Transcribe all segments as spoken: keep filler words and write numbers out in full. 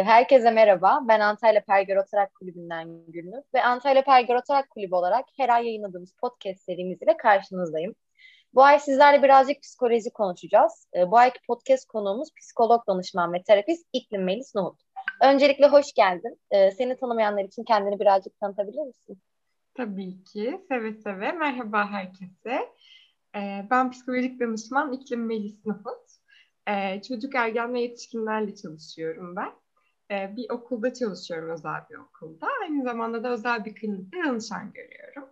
Herkese merhaba. Ben Antalya Pergör Kulübü'nden Gülnur ve Antalya Pergör Kulübü olarak her ay yayınladığımız podcast serimiz ile karşınızdayım. Bu ay sizlerle birazcık psikoloji konuşacağız. Ee, Bu ayki podcast konuğumuz psikolog danışman ve terapist İklim Melis Nohut. Öncelikle hoş geldin. Ee, Seni tanımayanlar için kendini birazcık tanıtabilir misin? Tabii ki. Seve seve. Merhaba herkese. Ee, ben psikolojik danışman İklim Melis Nahut. Ee, çocuk, ergen ve yetişkinlerle çalışıyorum ben. Ee, bir okulda çalışıyorum, özel bir okulda. Aynı zamanda da özel bir klinikte danışan görüyorum.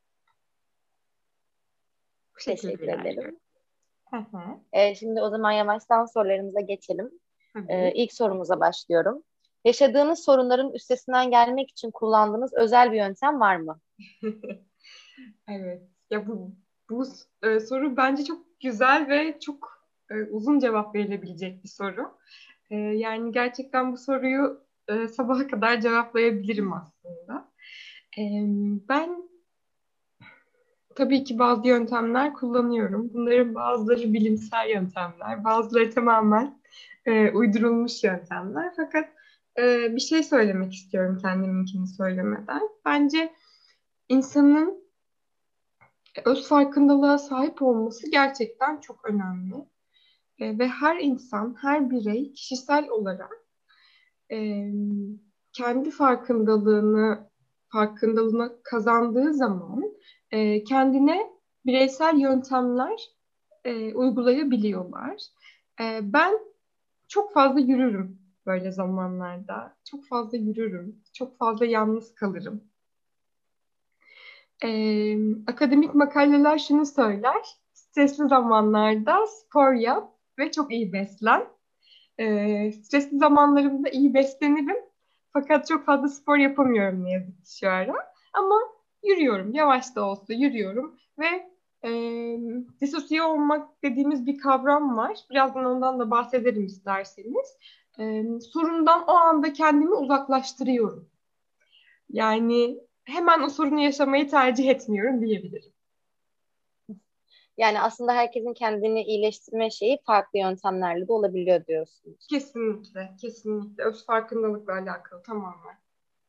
Bu şekilde Teşekkür ilerliyorum. ederim. Hı hı, Ee, şimdi o zaman yavaştan sorularımıza geçelim. Ee, tabii. ilk sorumuza başlıyorum. Yaşadığınız sorunların üstesinden gelmek için kullandığınız özel bir yöntem var mı? Evet. Ya bu bu e, soru bence çok güzel ve çok e, uzun cevap verilebilecek bir soru. E, yani gerçekten bu soruyu e, sabaha kadar cevaplayabilirim aslında. E, Ben tabii ki bazı yöntemler kullanıyorum. Bunların bazıları bilimsel yöntemler, bazıları tamamen e, uydurulmuş yöntemler. Fakat e, bir şey söylemek istiyorum kendiminkini söylemeden. Bence insanın öz farkındalığa sahip olması gerçekten çok önemli. E, ve her insan, her birey kişisel olarak e, kendi farkındalığını farkındalığına kazandığı zaman e, kendine bireysel yöntemler e, uygulayabiliyorlar. E, ben çok fazla yürürüm böyle zamanlarda. Çok fazla yürürüm. Çok fazla yalnız kalırım. Ee, Akademik makaleler şunu söyler: stresli zamanlarda spor yap ve çok iyi beslen. Ee, stresli zamanlarımda iyi beslenirim. Fakat çok fazla spor yapamıyorum ne yazık ki şu ara. Ama yürüyorum, yavaş da olsa yürüyorum ve e, disosiye olmak dediğimiz bir kavram var. Birazdan ondan da bahsederim isterseniz. Ee, sorundan o anda kendimi uzaklaştırıyorum. Yani hemen o sorunu yaşamayı tercih etmiyorum diyebilirim. Yani aslında herkesin kendini iyileştirme şeyi farklı yöntemlerle de olabiliyor diyorsunuz. Kesinlikle, kesinlikle. Öz farkındalıkla alakalı tamamen.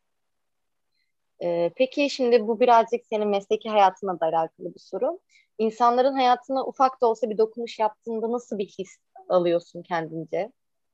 Ee, peki şimdi bu birazcık senin mesleki hayatına da alakalı bir soru. İnsanların hayatına ufak da olsa bir dokunuş yaptığında nasıl bir his alıyorsun kendince?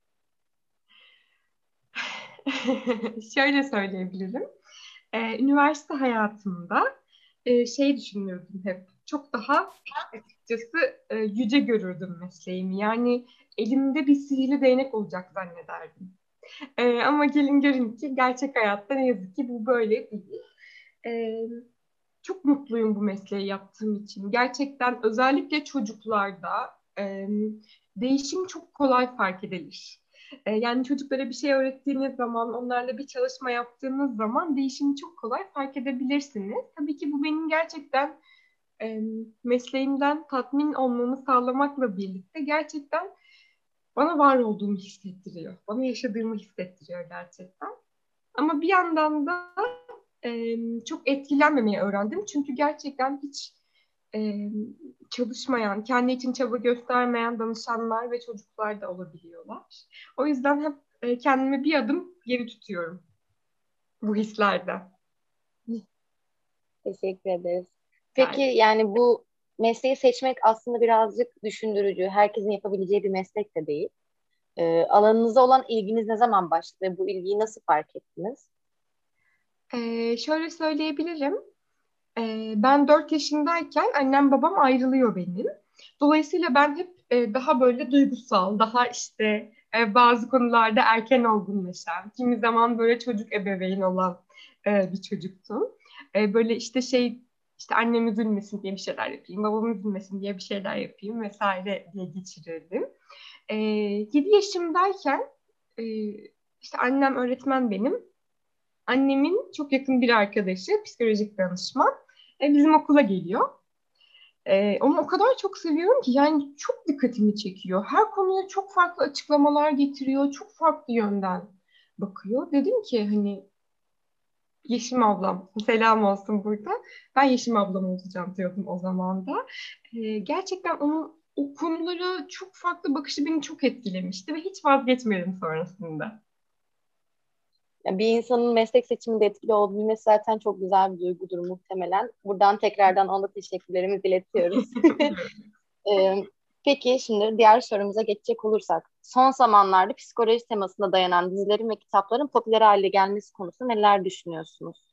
Şöyle söyleyebilirim. Ee, üniversite hayatımda e, şey düşünüyordum hep. Çok daha açıkçası e, yüce görürdüm mesleğimi. Yani elimde bir sihirli değnek olacak zannederdim. E, ama gelin görün ki gerçek hayatta ne yazık ki bu böyle değil. E, Çok mutluyum bu mesleği yaptığım için. Gerçekten özellikle çocuklarda e, değişim çok kolay fark edilir. E, yani çocuklara bir şey öğrettiğiniz zaman, onlarla bir çalışma yaptığınız zaman değişimi çok kolay fark edebilirsiniz. Tabii ki bu benim gerçekten e, mesleğimden tatmin olmamı sağlamakla birlikte gerçekten bana var olduğumu hissettiriyor. Bana yaşadığımı hissettiriyor gerçekten. Ama bir yandan da e, çok etkilenmemeyi öğrendim. Çünkü gerçekten hiç e, çalışmayan, kendi için çaba göstermeyen danışanlar ve çocuklar da olabiliyorlar. O yüzden hep e, kendimi bir adım geri tutuyorum bu hislerde. Teşekkür ederiz. Peki Yani, yani bu mesleği seçmek aslında birazcık düşündürücü. Herkesin yapabileceği bir meslek de değil. Ee, alanınıza olan ilginiz ne zaman başladı ve bu ilgiyi nasıl fark ettiniz? e, şöyle söyleyebilirim. E, ben dört yaşındayken annem babam ayrılıyor benim. Dolayısıyla ben hep e, daha böyle duygusal, daha işte e, bazı konularda erken olgunlaşan, kimi zaman böyle çocuk ebeveyn olan e, bir çocuktum. E, böyle işte şey işte annem üzülmesin diye bir şeyler yapayım, babam üzülmesin diye bir şeyler yapayım vesaire diye geçirirdim. E, yedi yaşımdayken e, işte annem öğretmen benim. Annemin çok yakın bir arkadaşı, psikolojik danışman, e, bizim okula geliyor. E, onu o kadar çok seviyorum ki yani çok dikkatimi çekiyor. Her konuya çok farklı açıklamalar getiriyor, çok farklı yönden bakıyor. Dedim ki hani Yeşim ablam, selam olsun burada. Ben Yeşim ablam olacağım diyordum o zaman da. E, gerçekten onun o konulara çok farklı bakışı beni çok etkilemişti ve hiç vazgeçmedim sonrasında. Yani bir insanın meslek seçiminde etkili olabilmesi zaten çok güzel bir duygudur muhtemelen. Buradan tekrardan ona teşekkürlerimizi iletiyoruz. Ee, peki şimdi diğer sorumuza geçecek olursak. Son zamanlarda psikoloji temasına dayanan dizilerin ve kitapların popüler hale gelmesi konusunda neler düşünüyorsunuz?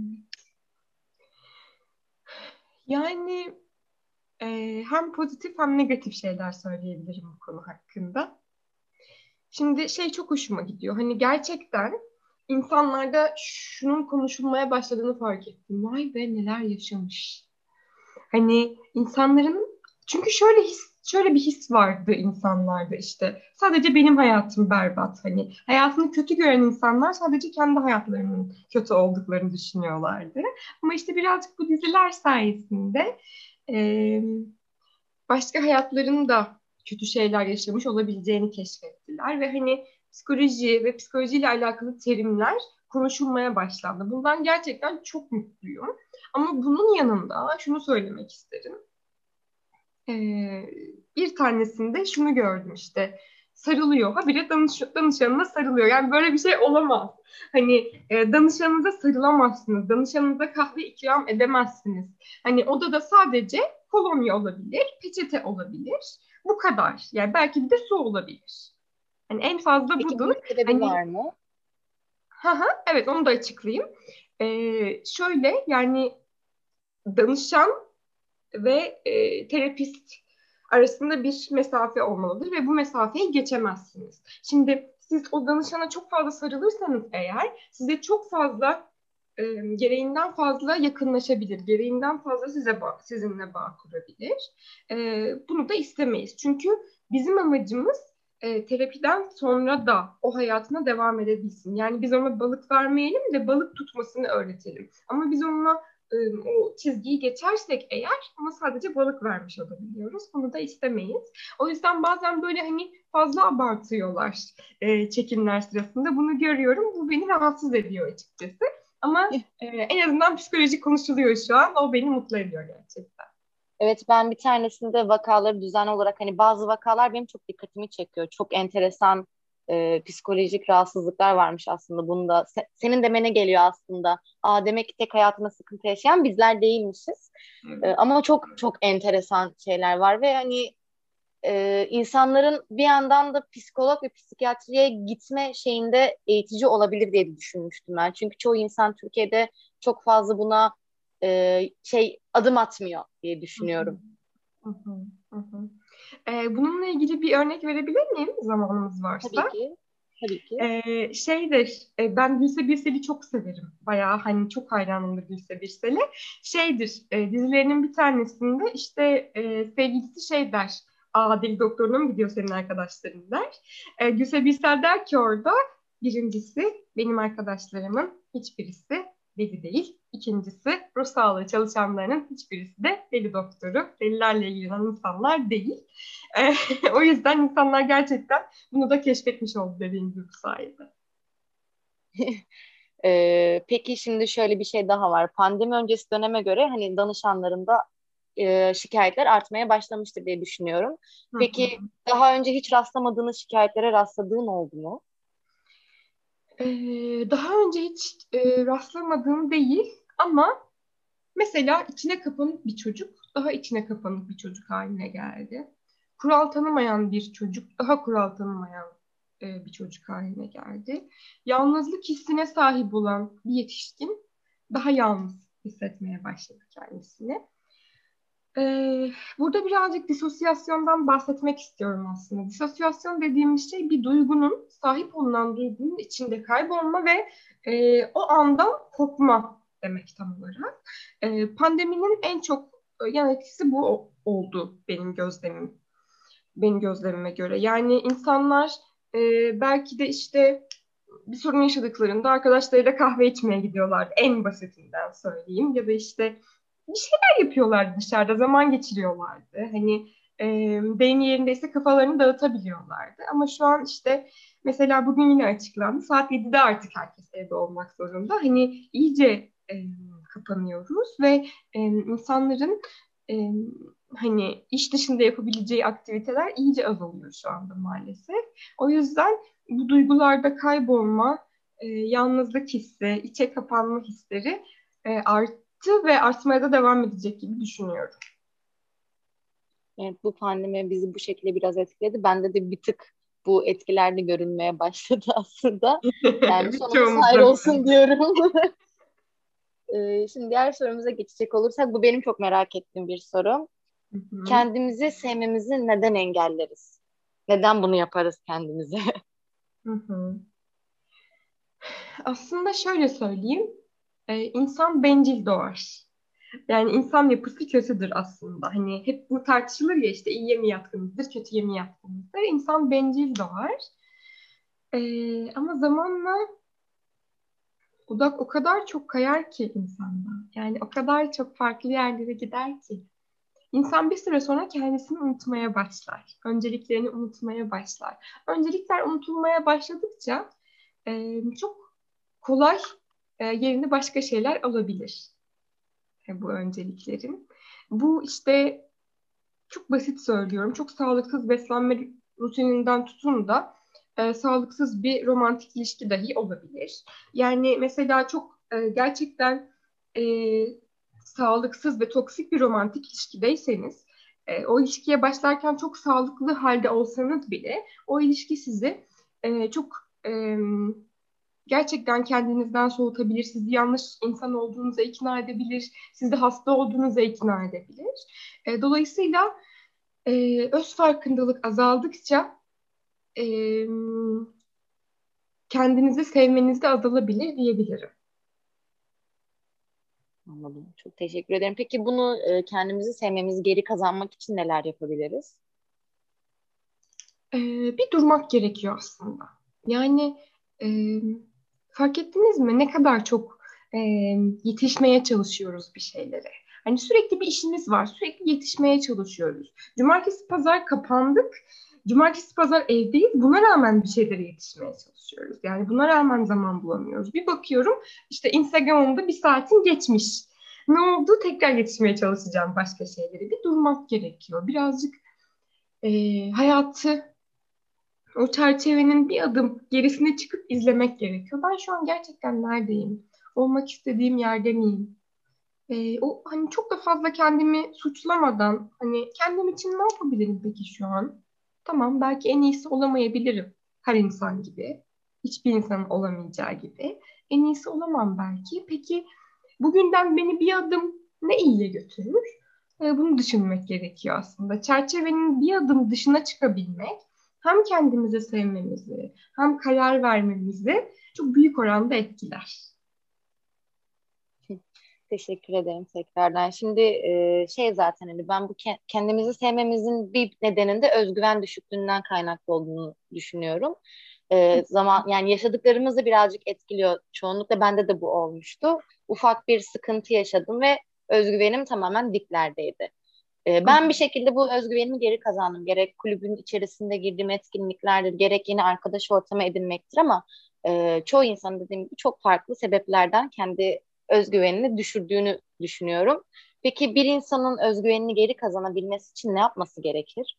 Yani e, hem pozitif hem negatif şeyler söyleyebilirim bu konu hakkında. Şimdi şey çok hoşuma gidiyor. Hani gerçekten insanlarda şunun konuşulmaya başladığını fark ettim. Vay be neler yaşamış. Hani insanların çünkü şöyle his şöyle bir his vardı insanlarda işte. Sadece benim hayatım berbat. Hani hayatını kötü gören insanlar sadece kendi hayatlarının kötü olduklarını düşünüyorlardı. Ama işte birazcık bu diziler sayesinde e, başka hayatların da kötü şeyler yaşamış olabileceğini keşfettiler ve hani psikoloji ve psikolojiyle alakalı terimler konuşulmaya başlandı. Bundan gerçekten çok mutluyum. Ama bunun yanında şunu söylemek isterim. Ee, bir tanesinde şunu gördüm işte sarılıyor. Habire danış, danışanına sarılıyor. Yani böyle bir şey olamaz. Hani e, danışanınıza sarılamazsınız. Danışanınıza kahve ikram edemezsiniz. Hani odada sadece kolonya olabilir, peçete olabilir. Bu kadar. Yani belki bir de su olabilir. Hani en fazla Peki budur. bunun sebebi Hani var mı? haha, evet onu da açıklayayım. Ee, şöyle yani danışan ve e, terapist arasında bir mesafe olmalıdır ve bu mesafeyi geçemezsiniz. Şimdi siz o danışana çok fazla sarılırsanız eğer size çok fazla e, gereğinden fazla yakınlaşabilir, gereğinden fazla size bağ, sizinle bağ kurabilir. E, bunu da istemeyiz. Çünkü bizim amacımız e, terapiden sonra da o hayatına devam edebilsin. Yani biz ona balık vermeyelim de balık tutmasını öğretelim. Ama biz ona o çizgiyi geçersek eğer ama sadece balık vermiş olabiliyoruz. Bunu da istemeyiz. O yüzden bazen böyle hani fazla abartıyorlar e, çekimler sırasında. Bunu görüyorum. Bu beni rahatsız ediyor açıkçası. Ama e, en azından psikolojik konuşuluyor şu an. O beni mutlu ediyor gerçekten. Evet, ben bir tanesinde vakaları düzenli olarak hani bazı vakalar benim çok dikkatimi çekiyor. Çok enteresan e, psikolojik rahatsızlıklar varmış aslında bunda. Se- senin demene geliyor aslında. Aa, demek ki tek hayatında sıkıntı yaşayan bizler değilmişiz. E, Evet. ama çok çok enteresan şeyler var ve hani e, insanların bir yandan da psikolog ve psikiyatriye gitme şeyinde eğitici olabilir diye düşünmüştüm ben. Çünkü çoğu insan Türkiye'de çok fazla buna e, şey adım atmıyor diye Hı hı, düşünüyorum. hı hı, hı hı. E, bununla ilgili bir örnek verebilir miyim zamanımız Tabii varsa? ki. Tabii ki. Ee, şeydir, e, ben Gülse Birsel'i çok severim. Bayağı hani çok hayranımdır Gülse Birsel'e. Şeydir, e, dizilerinin bir tanesinde işte e, sevgilisi şey der, aa deli doktoruna mı gidiyor senin arkadaşların der. E, Gülse Birsel der ki orada, birincisi benim arkadaşlarımın hiçbirisi deli değil. İkincisi ruh sağlığı çalışanlarının hiçbirisi de deli doktoru, delilerle ilgilenen insanlar değil. E, o yüzden insanlar gerçekten bunu da keşfetmiş oldu dediğim gibi bu sayede. Ee, peki şimdi şöyle bir şey daha var. Pandemi öncesi döneme göre hani danışanlarında e, şikayetler artmaya başlamıştır diye düşünüyorum. Hı hı. Peki daha önce hiç rastlamadığınız şikayetlere rastladığın oldu mu? Ee, daha önce hiç e, rastlamadığım değil ama mesela içine kapanık bir çocuk daha içine kapanık bir çocuk haline geldi. Kural tanımayan bir çocuk daha kural tanımayan e, bir çocuk haline geldi. Yalnızlık hissine sahip olan bir yetişkin daha yalnız hissetmeye başladı kendisini. Ee, burada birazcık disosyasyondan bahsetmek istiyorum aslında. Disosyasyon dediğimiz şey bir duygunun, sahip olunan duygunun içinde kaybolma ve e, o andan kopma demek tam olarak. E, pandeminin en çok e, yan etkisi bu o- oldu benim gözlemim, benim gözlemime göre. Yani insanlar e, belki de işte bir sorun yaşadıklarında arkadaşlarıyla kahve içmeye gidiyorlardı. En basitinden söyleyeyim. Ya da işte bir şeyler yapıyorlardı dışarıda, zaman geçiriyorlardı. Hani e, deyim yerindeyse kafalarını dağıtabiliyorlardı. Ama şu an işte mesela bugün yine açıklandı. Saat yedide artık herkes evde olmak zorunda. Hani iyice e, kapanıyoruz ve e, insanların e, hani iş dışında yapabileceği aktiviteler iyice azalıyor şu anda maalesef. O yüzden bu duygularda kaybolma, e, yalnızlık hissi, içe kapanma hisleri e, arttı ve artmaya da devam edecek gibi düşünüyorum. Evet, bu pandemi bizi bu şekilde biraz etkiledi. Bende de bir tık bu etkiler de görünmeye başladı aslında. Yani sonumuz hayır Birçoğumuzda olsun böyle. diyorum. Ee, şimdi diğer sorumuza geçecek olursak bu benim çok merak ettiğim bir soru. Hı hı. Kendimizi sevmemizi neden engelleriz? Neden bunu yaparız kendimize? Hı hı. Aslında şöyle söyleyeyim, e, insan bencil doğar. Yani insan yapısı kötüdür aslında. Hani hep bu tartışılır ya işte iyiye mi yatkınızdır, kötüye mi yatkınızdır. İnsan bencil doğar. E, ama zamanla odak o kadar çok kayar ki insanda. Yani o kadar çok farklı yerlere gider ki. İnsan bir süre sonra kendisini unutmaya başlar. Önceliklerini unutmaya başlar. Öncelikler unutulmaya başladıkça e, çok kolay e, yerini başka şeyler alabilir e, bu önceliklerin. Bu işte çok basit söylüyorum. Çok sağlıksız beslenme rutininden tutun da e, sağlıksız bir romantik ilişki dahi olabilir. Yani mesela çok e, gerçekten e, sağlıksız ve toksik bir romantik ilişkideyseniz e, o ilişkiye başlarken çok sağlıklı halde olsanız bile o ilişki sizi e, çok e, gerçekten kendinizden soğutabilir, sizi yanlış insan olduğunuza ikna edebilir, sizi hasta olduğunuza ikna edebilir. E, dolayısıyla e, öz farkındalık azaldıkça e, kendinizi sevmeniz de azalabilir diyebilirim. Anladım. Çok teşekkür ederim. Peki bunu e, kendimizi sevmemizi geri kazanmak için neler yapabiliriz? E, bir durmak gerekiyor aslında. Yani e, fark ettiniz mi ne kadar çok e, yetişmeye çalışıyoruz bir şeylere. Hani sürekli bir işimiz var, sürekli yetişmeye çalışıyoruz. Cumartesi, pazar kapandık. Cumartesi, pazar evdeyiz. Buna rağmen bir şeylere yetişmeye çalışıyoruz. Yani buna rağmen zaman bulamıyoruz. Bir bakıyorum işte Instagram'ımda bir saatin geçmiş. Ne oldu? Tekrar yetişmeye çalışacağım başka şeylere. Bir durmak gerekiyor. Birazcık e, hayatı o çerçevenin bir adım gerisine çıkıp izlemek gerekiyor. Ben şu an gerçekten neredeyim? Olmak istediğim yerde miyim? Ee, o hani çok da fazla kendimi suçlamadan hani kendim için ne yapabilirim peki şu an? Tamam belki en iyisi olamayabilirim her insan gibi. Hiçbir insanın olamayacağı gibi. En iyisi olamam belki. Peki bugünden beni bir adım ne iyiye götürür? Ee, bunu düşünmek gerekiyor aslında. Çerçevenin bir adım dışına çıkabilmek hem kendimizi sevmemizi hem karar vermemizi çok büyük oranda etkiler. Teşekkür ederim tekrardan. Şimdi e, şey zaten hani ben bu ke- kendimizi sevmemizin bir nedeninde özgüven düşüklüğünden kaynaklı olduğunu düşünüyorum. E, zaman yani yaşadıklarımız da birazcık etkiliyor. Çoğunlukla bende de bu olmuştu. Ufak bir sıkıntı yaşadım ve özgüvenim tamamen diklerdeydi. E, ben bir şekilde bu özgüvenimi geri kazandım. Gerek kulübün içerisinde girdiğim etkinliklerdir, gerek yeni arkadaş ortamı edinmektir ama e, çoğu insanın dediğim gibi çok farklı sebeplerden kendi özgüvenini düşürdüğünü düşünüyorum. Peki bir insanın özgüvenini geri kazanabilmesi için ne yapması gerekir?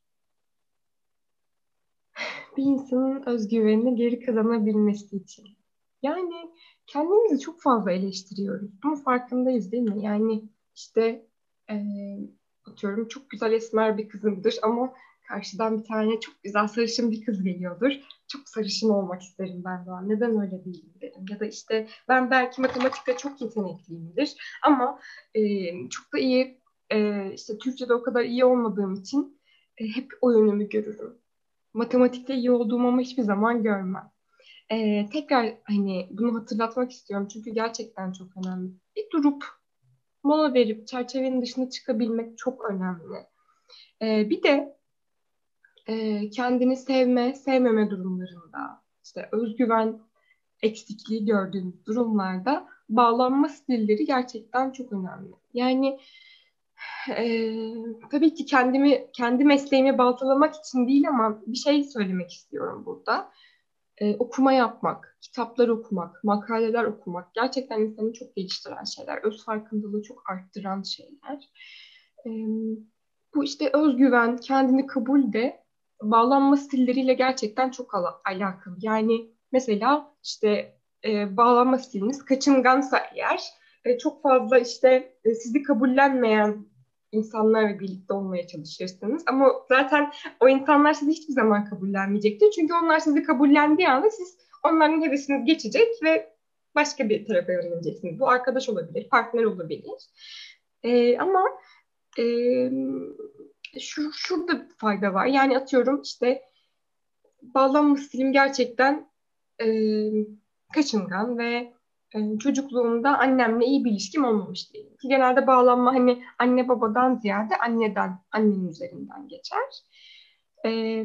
Bir insanın özgüvenini geri kazanabilmesi için. Yani kendimizi çok fazla eleştiriyoruz. Bunun farkındayız değil mi? Yani işte eee, atıyorum çok güzel esmer bir kızımdır ama karşıdan bir tane çok güzel sarışın bir kız geliyordur. Çok sarışın olmak isterim ben de. Neden öyle değilim derim. Ya da işte ben belki matematikte çok yetenekliyimdir ama eee, çok da iyi eee, işte Türkçe'de o kadar iyi olmadığım için e, hep o yönümü görürüm. Matematikte iyi olduğumu ama hiçbir zaman görmem. Ee, tekrar hani bunu hatırlatmak istiyorum çünkü gerçekten çok önemli. Bir durup mola verip çerçevenin dışına çıkabilmek çok önemli. Ee, bir de e, kendini sevme, sevmeme durumlarında, işte özgüven eksikliği gördüğümüz durumlarda bağlanma stilleri gerçekten çok önemli. Yani e, tabii ki kendimi, kendi mesleğimi baltalamak için değil ama bir şey söylemek istiyorum burada. E, okuma yapmak, kitaplar okumak, makaleler okumak gerçekten insanı çok geliştiren şeyler. Öz farkındalığı çok arttıran şeyler. E, bu işte özgüven, kendini kabul de bağlanma stilleriyle gerçekten çok ala- alakalı. Yani mesela işte e, bağlanma stiliniz kaçıngansa eğer, e, çok fazla işte e, sizi kabullenmeyen insanlarla birlikte olmaya çalışırsınız. Ama zaten o insanlar sizi hiçbir zaman kabullenmeyecektir. Çünkü onlar sizi kabullendiği anda siz onların hevesiniz geçecek ve başka bir tarafa yöneleceksiniz. Bu arkadaş olabilir, partner olabilir. E, ama e, şu şurada fayda var. Yani atıyorum işte bağlanma stilim gerçekten e, kaçıngan ve e, çocukluğumda annemle iyi bir ilişkim olmamış değil. Ki genelde bağlanma hani anne babadan ziyade anneden, annenin üzerinden geçer. E,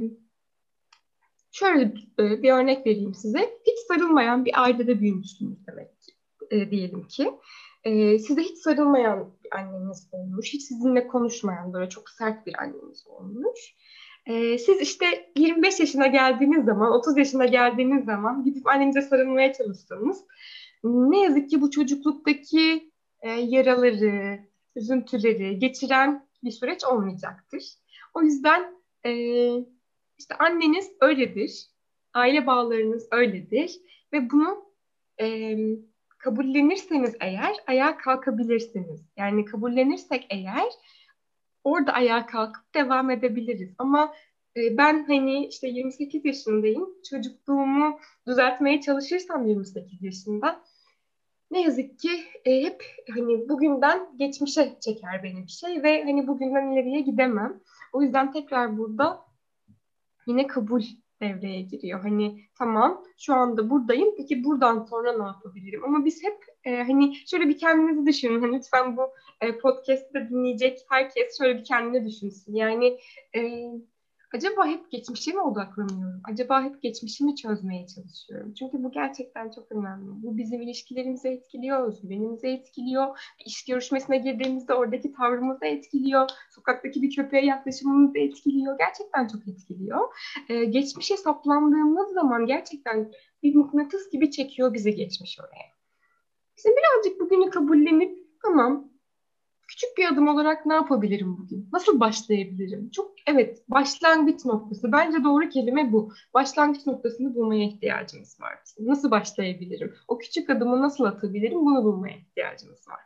Şöyle e, bir örnek vereyim size. Hiç sarılmayan bir ailede büyümüşsünüz demek ki, e, diyelim ki. E, size hiç sarılmayan bir anneniz olmuş. Hiç sizinle konuşmayan böyle çok sert bir anneniz olmuş. E, siz işte yirmi beş yaşına geldiğiniz zaman, otuz yaşına geldiğiniz zaman gidip annenize sarılmaya çalışsanız ne yazık ki bu çocukluktaki e, yaraları, üzüntüleri geçiren bir süreç olmayacaktır. O yüzden e, işte anneniz öyledir, aile bağlarınız öyledir ve bunu e, kabullenirseniz eğer ayağa kalkabilirsiniz. Yani kabullenirsek eğer orada ayağa kalkıp devam edebiliriz. Ama e, ben hani işte yirmi sekiz yaşındayım, çocukluğumu düzeltmeye çalışırsam yirmi sekiz yaşında ne yazık ki e, hep hani bugünden geçmişe çeker beni bir şey ve hani bugünden ileriye gidemem. O yüzden tekrar burada yine kabul devreye giriyor. Hani tamam şu anda buradayım. Peki buradan sonra ne yapabilirim? Ama biz hep e, hani şöyle bir kendinizi düşünün. Hani lütfen bu e, podcast'ı da dinleyecek herkes şöyle bir kendini düşünsün. Yani e, acaba hep geçmişe mi odaklanıyorum? Acaba hep geçmişimi çözmeye çalışıyorum? Çünkü bu gerçekten çok önemli. Bu bizim ilişkilerimizi etkiliyor, özgüvenimizi etkiliyor. Bir iş görüşmesine girdiğimizde oradaki tavrımızı etkiliyor. Sokaktaki bir köpeğe yaklaşımımızı etkiliyor. Gerçekten çok etkiliyor. Ee, geçmişe saplandığımız zaman gerçekten bir mıknatıs gibi çekiyor bizi geçmiş oraya. İşte birazcık bugünü kabullenip tamam küçük bir adım olarak ne yapabilirim bugün? Nasıl başlayabilirim? Çok evet başlangıç noktası. Bence doğru kelime bu. Başlangıç noktasını bulmaya ihtiyacımız var. Nasıl başlayabilirim? O küçük adımı nasıl atabilirim? Bunu bulmaya ihtiyacımız var.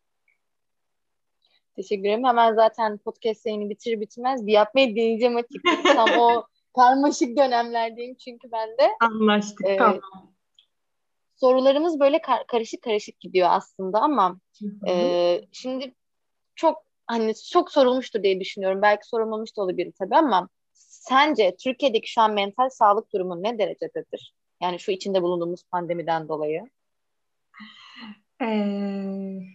Teşekkür ederim. Hemen zaten podcast yayını bitirir bitmez bir yapmayı deneyeceğim açıkçası. Tam o karmaşık dönemlerdeyim çünkü ben de. Anlaştık. E, Tamam. sorularımız böyle kar- karışık karışık gidiyor aslında ama Hı hı. e, şimdi çok hani çok sorulmuştur diye düşünüyorum. Belki sorulmamış da olabilir tabii ama sence Türkiye'deki şu an mental sağlık durumu ne derecededir? Yani şu içinde bulunduğumuz pandemiden dolayı. Ee,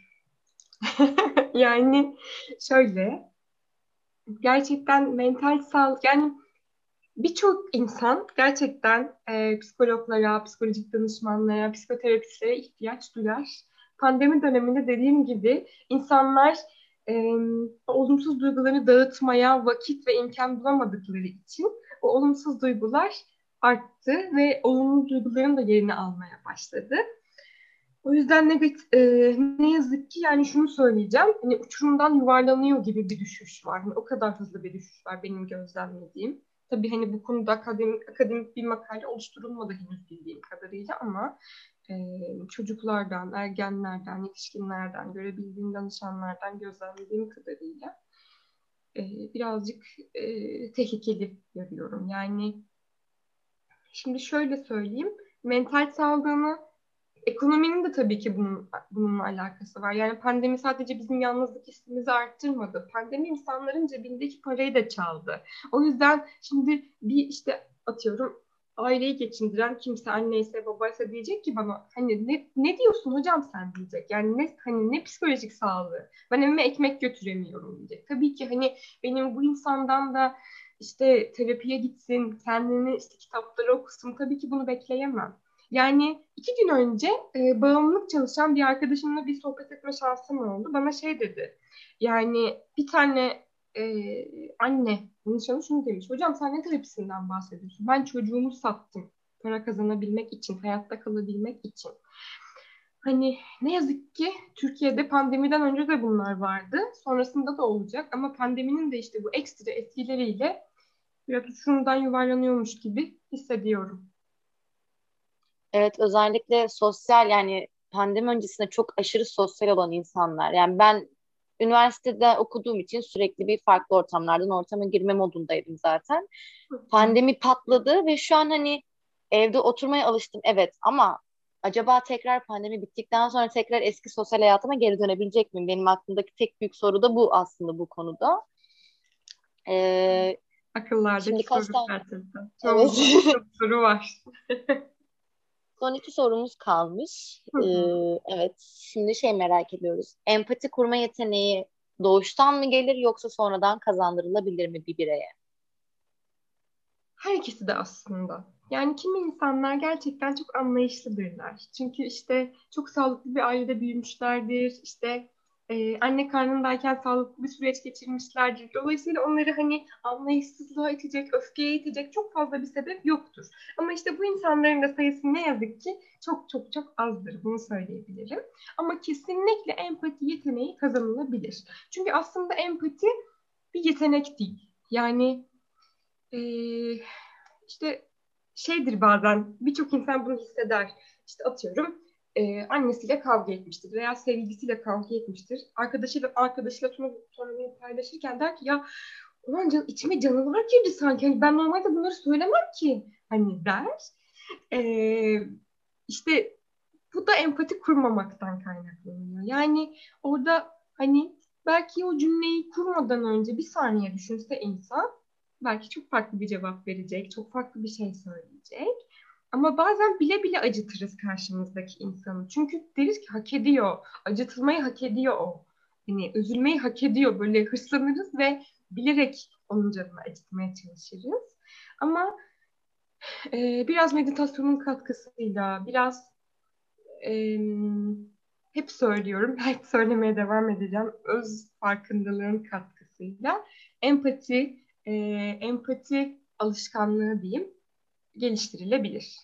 yani şöyle gerçekten mental sağlık yani birçok insan gerçekten e, psikologlara, psikolojik danışmanlara, psikoterapistlere ihtiyaç duyar. Pandemi döneminde dediğim gibi insanlar e, olumsuz duygularını dağıtmaya vakit ve imkan bulamadıkları için o olumsuz duygular arttı ve olumlu duyguların da yerini almaya başladı. O yüzden negatif, e, ne yazık ki yani şunu söyleyeceğim. Hani uçurumdan yuvarlanıyor gibi bir düşüş var. Hani o kadar hızlı bir düşüş var benim gözlemlediğim. Tabii hani bu konuda akademik, akademik bir makale oluşturulmadı henüz bildiğim kadarıyla ama e, çocuklardan, ergenlerden, yetişkinlerden, görebildiğim danışanlardan gözlemlediğim kadarıyla e, birazcık e, tehlikeli görüyorum. Yani şimdi şöyle söyleyeyim. Mental sağlığını Ekonominin de tabii ki bunun, bununla alakası var. Yani pandemi sadece bizim yalnızlık hissimizi arttırmadı. Pandemi insanların cebindeki parayı da çaldı. O yüzden şimdi bir işte atıyorum aileyi geçindiren kimse anneyse babaysa diyecek ki bana hani ne, ne diyorsun hocam sen diyecek. Yani ne hani ne psikolojik sağlığı. Ben evime ekmek götüremiyorum diyecek. Tabii ki hani benim bu insandan da işte terapiye gitsin, kendini işte kitapları okusun. Tabii ki bunu bekleyemem. Yani iki gün önce e, bağımlılık çalışan bir arkadaşımla bir sohbet etme şansım oldu. Bana şey dedi. Yani bir tane e, anne danışanı şunu demiş. Hocam sen ne terapisinden bahsediyorsun? Ben çocuğumu sattım. Para kazanabilmek için, hayatta kalabilmek için. Hani ne yazık ki Türkiye'de pandemiden önce de bunlar vardı. Sonrasında da olacak. Ama pandeminin de işte bu ekstra etkileriyle biraz uçurumdan yuvarlanıyormuş gibi hissediyorum. Evet, özellikle sosyal, yani pandemi öncesinde çok aşırı sosyal olan insanlar. Yani ben üniversitede okuduğum için sürekli bir farklı ortamlardan ortama girme modundaydım zaten. Pandemi patladı ve şu an hani evde oturmaya alıştım, evet, ama acaba tekrar pandemi bittikten sonra tekrar eski sosyal hayatıma geri dönebilecek miyim? Benim aklımdaki tek büyük soru da bu aslında bu konuda. Ee, Akıllardaki Şimdi kaç soru tane? gerçekten. Evet. Çoğumuzun çok soru var. Son iki sorumuz kalmış. Hı Ee, hı. evet. Şimdi şey merak ediyoruz. Empati kurma yeteneği doğuştan mı gelir yoksa sonradan kazandırılabilir mi bir bireye? Her ikisi de aslında. Yani kimi insanlar gerçekten çok anlayışlıdırlar. Çünkü işte çok sağlıklı bir ailede büyümüşlerdir. İşte e, anne karnındayken sağlıklı bir süreç geçirmişlerdir. Dolayısıyla onları hani anlayışsızlığa itecek, öfkeye itecek çok fazla bir sebep yoktur. Ama işte bu insanların da sayısı ne yazık ki çok çok çok azdır. Bunu söyleyebilirim. Ama kesinlikle empati yeteneği kazanılabilir. Çünkü aslında empati bir yetenek değil. Yani ee, işte şeydir, bazen birçok insan bunu hisseder. İşte atıyorum e, annesiyle kavga etmiştir veya sevgilisiyle kavga etmiştir. Arkadaşıyla arkadaşıyla sonra, sonra bunu paylaşırken der ki ya ulan can, içime canavar girdi sanki. Hani ben normalde bunları söylemem ki. Hani der. Ee, işte bu da empati kurmamaktan kaynaklanıyor. Yani orada hani belki o cümleyi kurmadan önce bir saniye düşünse insan belki çok farklı bir cevap verecek, çok farklı bir şey söyleyecek. Ama bazen bile bile acıtırız karşımızdaki insanı. Çünkü deriz ki hak ediyor, acıtılmayı hak ediyor o. Hani üzülmeyi hak ediyor. Böyle hırslanırız ve bilerek onun canını acıtmaya çalışırız. Ama e, biraz meditasyonun katkısıyla, biraz e, hep söylüyorum, hep söylemeye devam edeceğim. Öz farkındalığın katkısıyla empati, e, empati alışkanlığı diyeyim, geliştirilebilir.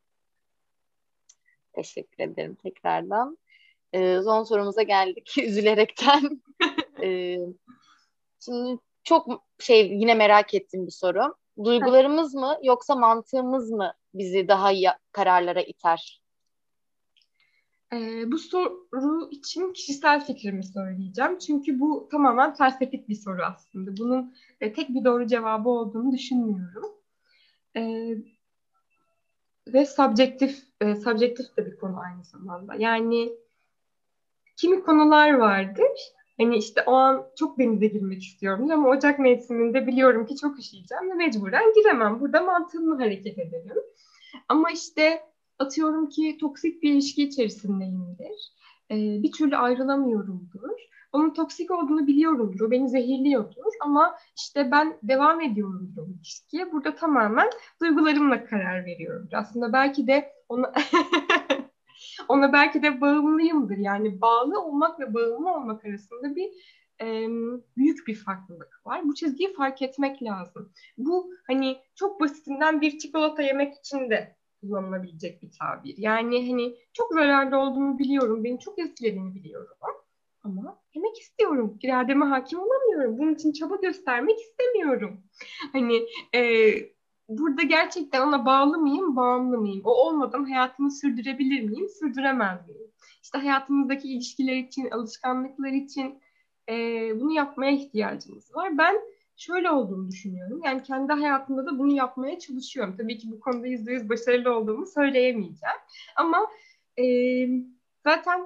Teşekkür ederim tekrardan. Ee, son sorumuza geldik üzülerekten. Ee, Şimdi çok şey, yine merak ettiğim bir soru. Duygularımız mı yoksa mantığımız mı bizi daha iyi kararlara iter? E, bu soru için kişisel fikrimi söyleyeceğim. Çünkü bu tamamen felsefik bir soru aslında. Bunun e, tek bir doğru cevabı olduğunu düşünmüyorum. E, ve subjektif, e, subjektif de bir konu aynı zamanda. Yani kimi konular vardır. Hani işte o an çok denize girmek istiyorum ama Ocak mevsiminde biliyorum ki çok üşüyeceğim ve mecburen giremem. Burada mantığımla hareket ederim. Ama işte atıyorum ki toksik bir ilişki içerisindeyimdir. Ee, bir türlü ayrılamıyorumdur. Onun toksik olduğunu biliyorumdur. O beni zehirliyordur. Ama işte ben devam ediyorumdur o ilişkiye. Burada tamamen duygularımla karar veriyorumdur. Aslında belki de ona ona belki de bağımlıyımdır. Yani bağlı olmak ve bağımlı olmak arasında bir e, büyük bir farklılık var. Bu çizgiyi fark etmek lazım. Bu hani çok basitinden bir çikolata yemek için de kullanılabilecek bir tabir. Yani hani çok zararlı olduğunu biliyorum, beni çok etkilediğini biliyorum. Ama yemek istiyorum. İrademe hakim olamıyorum. Bunun için çaba göstermek istemiyorum. Hani e, burada gerçekten ona bağlı mıyım, bağımlı mıyım? O olmadan hayatımı sürdürebilir miyim, sürdüremez miyim? İşte hayatımızdaki ilişkiler için, alışkanlıklar için e, bunu yapmaya ihtiyacımız var. Ben şöyle olduğunu düşünüyorum. Yani kendi hayatımda da bunu yapmaya çalışıyorum. Tabii ki bu konuda yüzde yüz başarılı olduğumu söyleyemeyeceğim. Ama e, zaten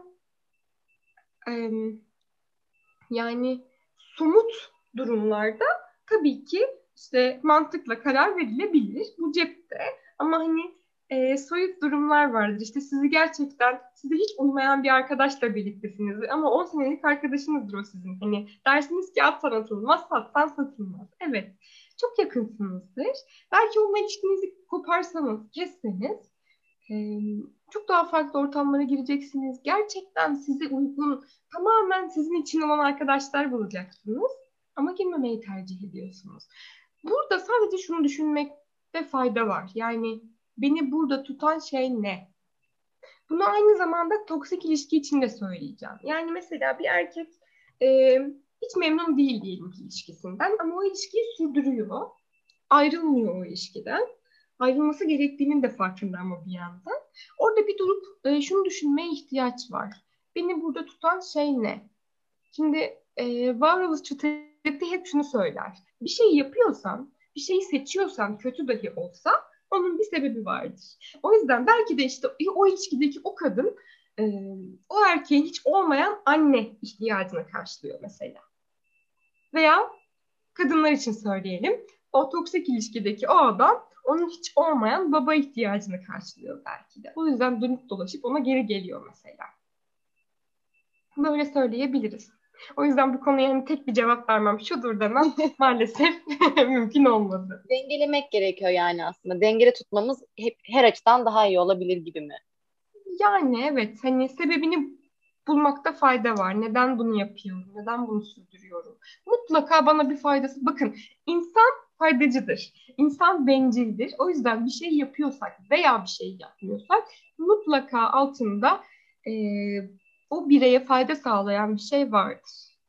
e, yani somut durumlarda tabii ki işte mantıkla karar verilebilir. Bu cepte. Ama hani e, soyut durumlar vardır. İşte sizi gerçekten size hiç uymayan bir arkadaşla birliktesinizdir. Ama on senelik arkadaşınızdır o sizin. Hani dersiniz ki atsan atılmaz, satsan satılmaz. Evet. Çok yakınsınızdır. Belki onunla ilişkinizi koparsanız, kesseniz e, çok daha farklı ortamlara gireceksiniz. Gerçekten size uygun, tamamen sizin için olan arkadaşlar bulacaksınız. Ama girmemeyi tercih ediyorsunuz. Burada sadece şunu düşünmekte fayda var. Yani beni burada tutan şey ne? Bunu aynı zamanda toksik ilişki için de söyleyeceğim. Yani mesela bir erkek e, hiç memnun değil diyelim ki ilişkisinden ama o ilişkiyi sürdürüyor. Ayrılmıyor o ilişkiden. ayrılması gerektiğinin de farkında ama bir yandan. Orada bir durup e, şunu düşünmeye ihtiyaç var. Beni burada tutan şey ne? Şimdi e, varoluşçu terapi hep şunu söyler. Bir şey yapıyorsan, bir şeyi seçiyorsan kötü dahi olsa onun bir sebebi vardır. O yüzden belki de işte o ilişkideki o kadın e, o erkeğin hiç olmayan anne ihtiyacını karşılıyor mesela. Veya kadınlar için söyleyelim. O toksik ilişkideki o adam onun hiç olmayan baba ihtiyacını karşılıyor belki de. O yüzden dönüp dolaşıp ona geri geliyor mesela. Böyle söyleyebiliriz. O yüzden bu konuya hani tek bir cevap vermem, şudur demem maalesef mümkün olmadı. Dengelemek gerekiyor yani aslında. Dengeli tutmamız hep her açıdan daha iyi olabilir gibi mi? Yani evet, hani sebebini bulmakta fayda var. Neden bunu yapıyorum? Neden bunu sürdürüyorum? Mutlaka bana bir faydası. Bakın, insan faydacıdır. İnsan bencildir. O yüzden bir şey yapıyorsak veya bir şey yapmıyorsak mutlaka altında e, o bireye fayda sağlayan bir şey vardır.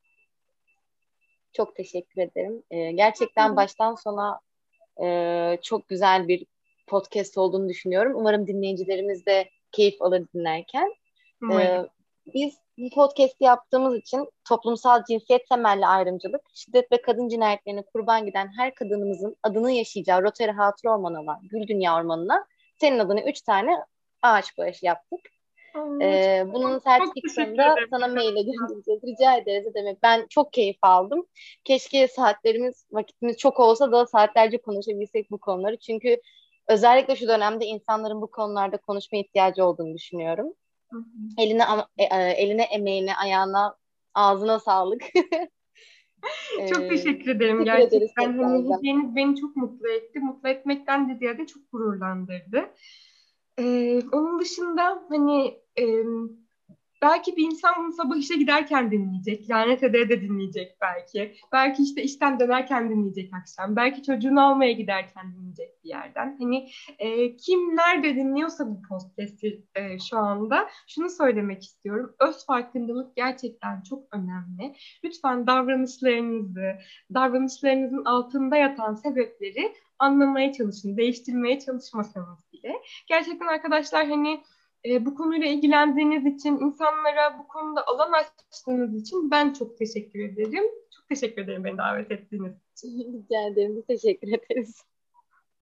Çok teşekkür ederim. Ee, gerçekten baştan sona e, çok güzel bir podcast olduğunu düşünüyorum. Umarım dinleyicilerimiz de keyif alır dinlerken. Ee, Umarım. biz bu podcast'i yaptığımız için toplumsal cinsiyet temelli ayrımcılık, şiddet ve kadın cinayetlerine kurban giden her kadınımızın adını yaşayacağı Rotary Hatırı Ormanı olan Gül Dünya Ormanı'na senin adına üç tane ağaç bağışı yaptık. Aa, Ee, bunun çok, çok sertifikasını teşekkür da ederim. sana maille göndereceğiz. Rica ederiz. Demek ben çok keyif aldım. Keşke saatlerimiz, vakitimiz çok olsa da saatlerce konuşabilsek bu konuları. Çünkü özellikle şu dönemde insanların bu konularda konuşma ihtiyacı olduğunu düşünüyorum. Hı hı. Eline e, e, eline, emeğine, ayağına, ağzına sağlık. Çok Ee, teşekkür ederim teşekkür ederiz gerçekten. Hani tekrardan. hediyeniz beni çok mutlu etti. Mutlu etmekten de ziyade çok gururlandırdı. Ee, onun dışında hani e, belki bir insan bunu sabah işe giderken dinleyecek. Lanet ede de dinleyecek belki. Belki işte işten dönerken dinleyecek akşam. Belki çocuğunu almaya giderken dinleyecek bir yerden. Hani e, kim nerede dinliyorsa bu podcast'i e, şu anda şunu söylemek istiyorum. Öz farkındalık gerçekten çok önemli. Lütfen davranışlarınızı, davranışlarınızın altında yatan sebepleri anlamaya çalışın. Değiştirmeye çalışmasanız bile. Gerçekten arkadaşlar hani e, bu konuyla ilgilendiğiniz için, insanlara bu konuda alan açtığınız için ben çok teşekkür ederim. Çok teşekkür ederim beni davet ettiğiniz için. Rica ederim. Biz teşekkür ederiz.